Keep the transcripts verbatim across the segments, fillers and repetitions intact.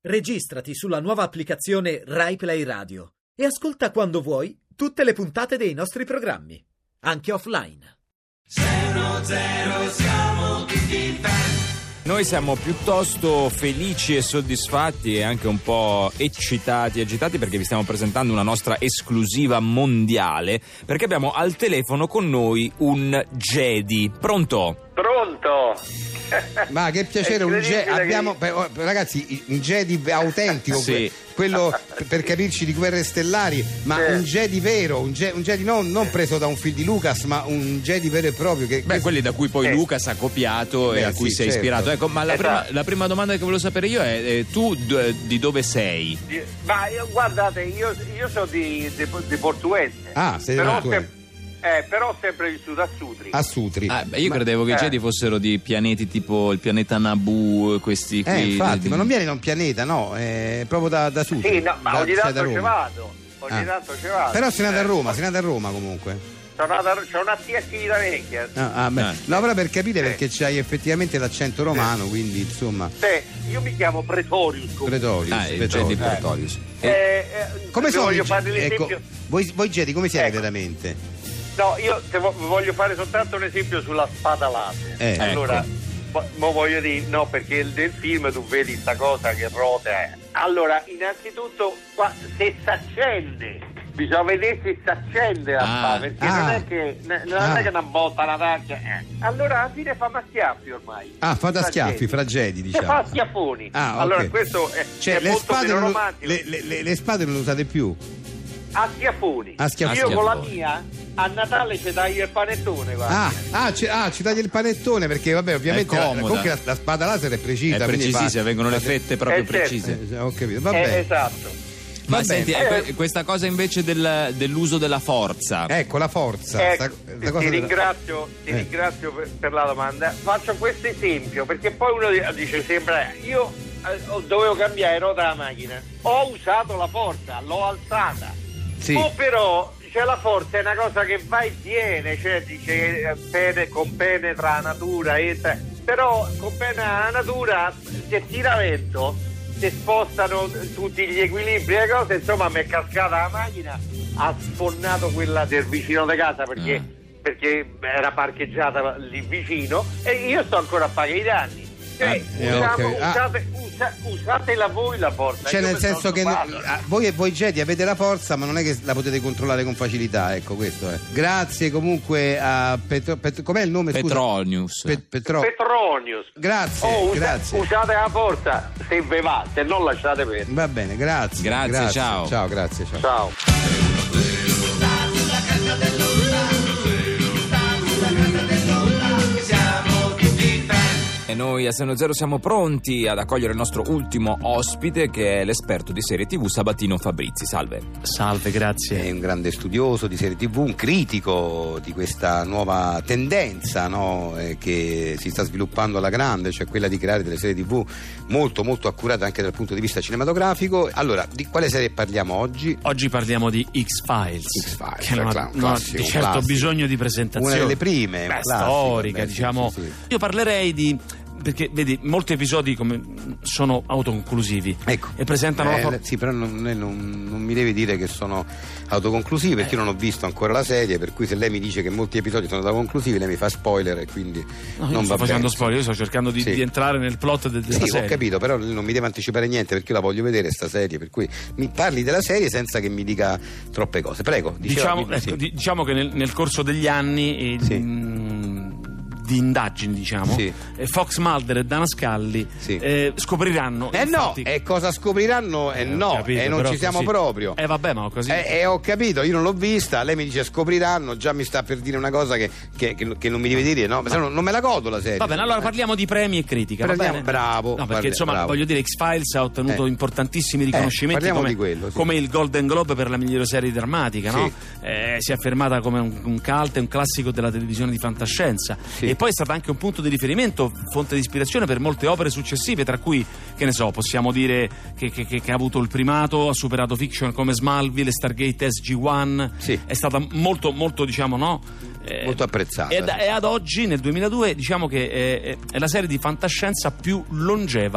Registrati sulla nuova applicazione Rai Play Radio e ascolta quando vuoi tutte le puntate dei nostri programmi, anche offline. zero zero siamo tutti fan. Noi siamo piuttosto felici e soddisfatti e anche un po' eccitati e agitati perché vi stiamo presentando una nostra esclusiva mondiale, perché abbiamo al telefono con noi un Jedi. Pronto? Pronto? Ma che piacere, un Jedi abbiamo, che... ragazzi, un Jedi autentico, sì. quello per capirci di Guerre Stellari, ma sì. un Jedi vero, un Jedi, un Jedi non, non preso da un film di Lucas, ma un Jedi vero e proprio che, beh, che... quelli da cui poi sì. Lucas ha copiato Beh, e a cui sì, sei certo. ispirato. Ecco, ma la, esatto. prima, la prima domanda che volevo sapere io è eh, tu d- di dove sei? Ma io, guardate, io, io sono di, di, di Portuense. Ah, sei di però Portuense. Eh, però ho sempre vissuto a Sutri. A Sutri. Ah, beh, io ma, credevo che i eh. Jedi fossero di pianeti tipo il pianeta Naboo, questi qui. Eh, infatti, di... ma non viene da un pianeta, no, è proprio da, da Sutri. Sì, no, ma da, ogni sei da tanto ci Roma. vado. Ogni Ah. tanto ci vado. Però sei nato a Eh, Roma, sei nato a Roma comunque. Sono nato a- c'ho una attività vecchia. Ah, ah, beh. Ah. No, però per capire Sì. perché c'hai effettivamente l'accento romano, quindi insomma. Sì, io mi chiamo Pretorius. comunque. Pretorius, Ah, il Pretorius. Jedi Pretorius. Eh, eh, Come vi sono voglio i fare Jedi? l'esempio. Ecco, voi, voi Jedi come siete Ecco. veramente? No, io te vo- voglio fare soltanto un esempio sulla spada laser. Eh, allora, ecco. mo- mo voglio dire, no, perché nel film tu vedi sta cosa che rota. eh. Allora, innanzitutto, qua, se si accende, bisogna vedere se si accende la Ah. spada, perché Ah. non è che n- non Ah. è che una botta la taccia. Eh. Allora, alla fine fa a schiaffi ormai. Ah, fate a Fra schiaffi, Jedi. fra Jedi, Si diciamo. fa a schiaffoni. Ah, ok. Allora, questo è, Cioè, è le molto spade, meno non, romantico. le, le- le- le spade non le usate più? A schiaffoni. A schiaffoni. Io con la schiaffoni. mia a Natale ci taglio il panettone, guarda. Ah, ah, ci, ah, ci tagli il panettone perché vabbè ovviamente È la, comoda. comunque la, la spada laser è precisa. È quindi precisissima, fa- vengono le fate- fette proprio Eh, certo. precise. Eh, ho capito, Eh, vabbè. esatto. Ma Va senti, bene. eh, que- questa cosa invece del- dell'uso della forza. Ecco la forza. Eh, sta- ti sta cosa della- ringrazio, ti Eh. ringrazio per, per la domanda. Faccio questo esempio perché poi uno di- dice sembra io eh, dovevo cambiare ruota della macchina. Ho usato la forza, l'ho alzata. Sì. O però cioè, la forza è una cosa che va e viene, cioè dice eh, pene, compenetra la natura, entra. Però compenetra la natura, se tira vento, si spostano tutti gli equilibri e le cose, insomma mi è cascata la macchina, ha sfonnato quella del vicino di casa perché, Ah. perché era parcheggiata lì vicino e io sto ancora a pagare i danni. Cioè, Eh, diciamo, ok. Ah. usate, usa- usatela voi la forza. Cioè Io nel mi senso sono che no- occupato. ah, voi, voi Jedi avete la forza ma non è che la potete controllare con facilità, ecco questo è. Grazie comunque a Petro, Pet- com'è il nome? scusa? Petronius. Pe- Petro- Petronius. Grazie, Oh, usa- grazie. usate la forza se ve va, se non lasciate perdere. Va bene, grazie. Grazie, ciao. Ciao, grazie, ciao. Ciao. E noi a Seno Zero siamo pronti ad accogliere il nostro ultimo ospite, che è l'esperto di serie tivù Sabatino Fabrizi. Salve. Salve, grazie. È un grande studioso di serie tivù, un critico di questa nuova tendenza, no, eh, che si sta sviluppando alla grande, cioè quella di creare delle serie tivù molto molto accurate anche dal punto di vista cinematografico. Allora, di quale serie parliamo oggi? Oggi parliamo di X-Files, X-Files, che non ha, cla- non ha classico, di certo classico. bisogno di presentazione. Una delle prime, Beh, un classico, storica, beh, sì, diciamo. sì, sì. Io parlerei di... perché vedi, molti episodi come sono autoconclusivi Ecco, e presentano eh, la for- sì, però non, non, non mi devi dire che sono autoconclusivi perché io non ho visto ancora la serie, per cui se lei mi dice che molti episodi sono autoconclusivi lei mi fa spoiler e quindi No, io non sto va facendo bene. spoiler, io sto cercando di, Sì. di entrare nel plot de- della Sì, serie. ho capito, però non mi deve anticipare niente perché io la voglio vedere sta serie, per cui mi parli della serie senza che mi dica troppe cose. Prego, diceva- Diciamo, sì. ecco, di- diciamo che nel, nel corso degli anni eh, Sì. mh, di indagini, diciamo, Sì. eh, Fox Mulder e Dana Scully Sì. eh, scopriranno. Eh infatti- no, e cosa scopriranno? Eh, Eh, ho no, capito, e non però ci siamo così. proprio. Eh vabbè, ma così. Eh, eh, ho capito, io non l'ho vista, lei mi dice scopriranno, già mi sta per dire una cosa che, che- che- che non mi deve dire, no? Ma se no, non me la godo la serie. Va bene, allora parliamo di premi e critica. Va Parliamo- bene? bravo, No, perché parli- insomma, bravo. voglio dire, X-Files ha ottenuto Eh. importantissimi riconoscimenti parliamo come, di quello, sì. come il Golden Globe per la migliore serie drammatica, no? Sì. Eh, si è affermata come un, un cult e un classico della televisione di fantascienza. Sì. E poi è stata anche un punto di riferimento, fonte di ispirazione per molte opere successive, tra cui, che ne so, possiamo dire che, che- che- che ha avuto il primato, ha superato fiction come Smallville, Stargate S G uno, Sì. è stata molto, molto, diciamo, no? Eh, Molto apprezzata. E, da- e ad oggi, nel duemiladue, diciamo che è, è- è la serie di fantascienza più longeva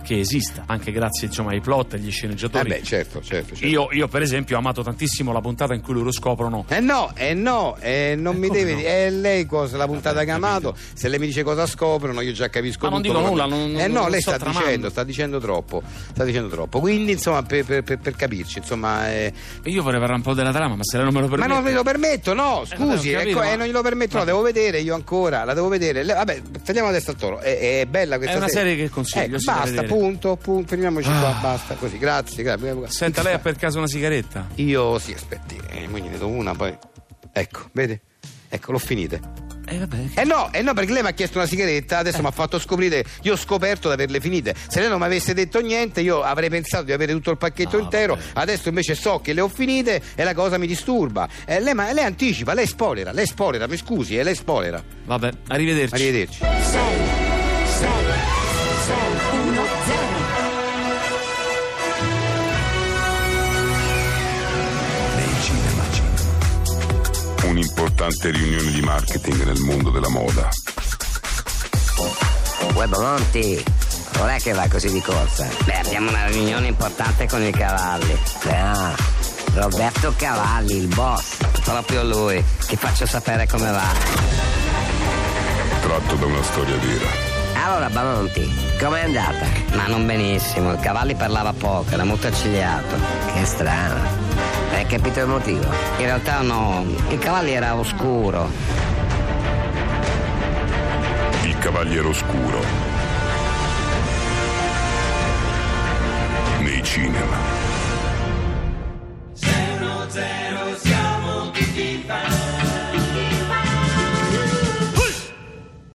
che esista, anche grazie insomma ai plot e agli sceneggiatori. Eh beh, certo, certo, certo. Io, io per esempio ho amato tantissimo la puntata in cui loro scoprono. Eh no, eh no, eh, non Eh, mi come deve no? dire, è lei cosa, la puntata che ha amato, se lei mi dice cosa scoprono io già capisco Ma non tutto. dico nulla, non- Eh no, non lei sto sta tramando. dicendo, sta dicendo troppo, sta dicendo troppo, quindi insomma per, per- per- per capirci, insomma... eh, Io vorrei parlare un po' della trama, ma se lei non me lo Ma permette. non me lo permetto, no, Eh, vabbè, scusi, ho capito, ecco, ma- eh, non glielo permetto, no, devo vedere io ancora, la devo vedere. Le- vabbè, tagliamo la testa al toro, è, è bella questa È una serie che consiglio, Ecco, sì, da basta, vedere. punto, punto, fermiamoci qua, Ah. basta, così, grazie, grazie. Senta, lei ha per caso una sigaretta? Io, sì, aspetti, eh, mo gliene do una, poi... Ecco, vede? Ecco, l'ho finite. Eh vabbè. Eh no, eh no, perché lei mi ha chiesto una sigaretta, adesso mi ha fatto scoprire, io ho scoperto di averle finite. Se lei non mi avesse detto niente, io avrei pensato di avere tutto il pacchetto No, intero, vabbè. adesso invece so che le ho finite e la cosa mi disturba. Eh, lei, ma, lei anticipa, lei spoilera, lei spoilera, mi scusi, eh, lei spoilera. Vabbè, arrivederci. Arrivederci. sei, sei, sei, uno, zero. Un'importante riunione di marketing nel mondo della moda. Uè Monti, non è che va così di corsa? Beh, abbiamo una riunione importante con i cavalli. Ah, Roberto Cavalli, il boss. Proprio lui. Ti faccio sapere come va. Tratto da una storia vera. Allora, Bamonti, com'è andata? Ma non benissimo, il Cavalli parlava poco, era molto accigliato. Che strano. Hai capito il motivo? In realtà no, il Cavalli era oscuro. Il Cavaliere Oscuro. Nei cinema.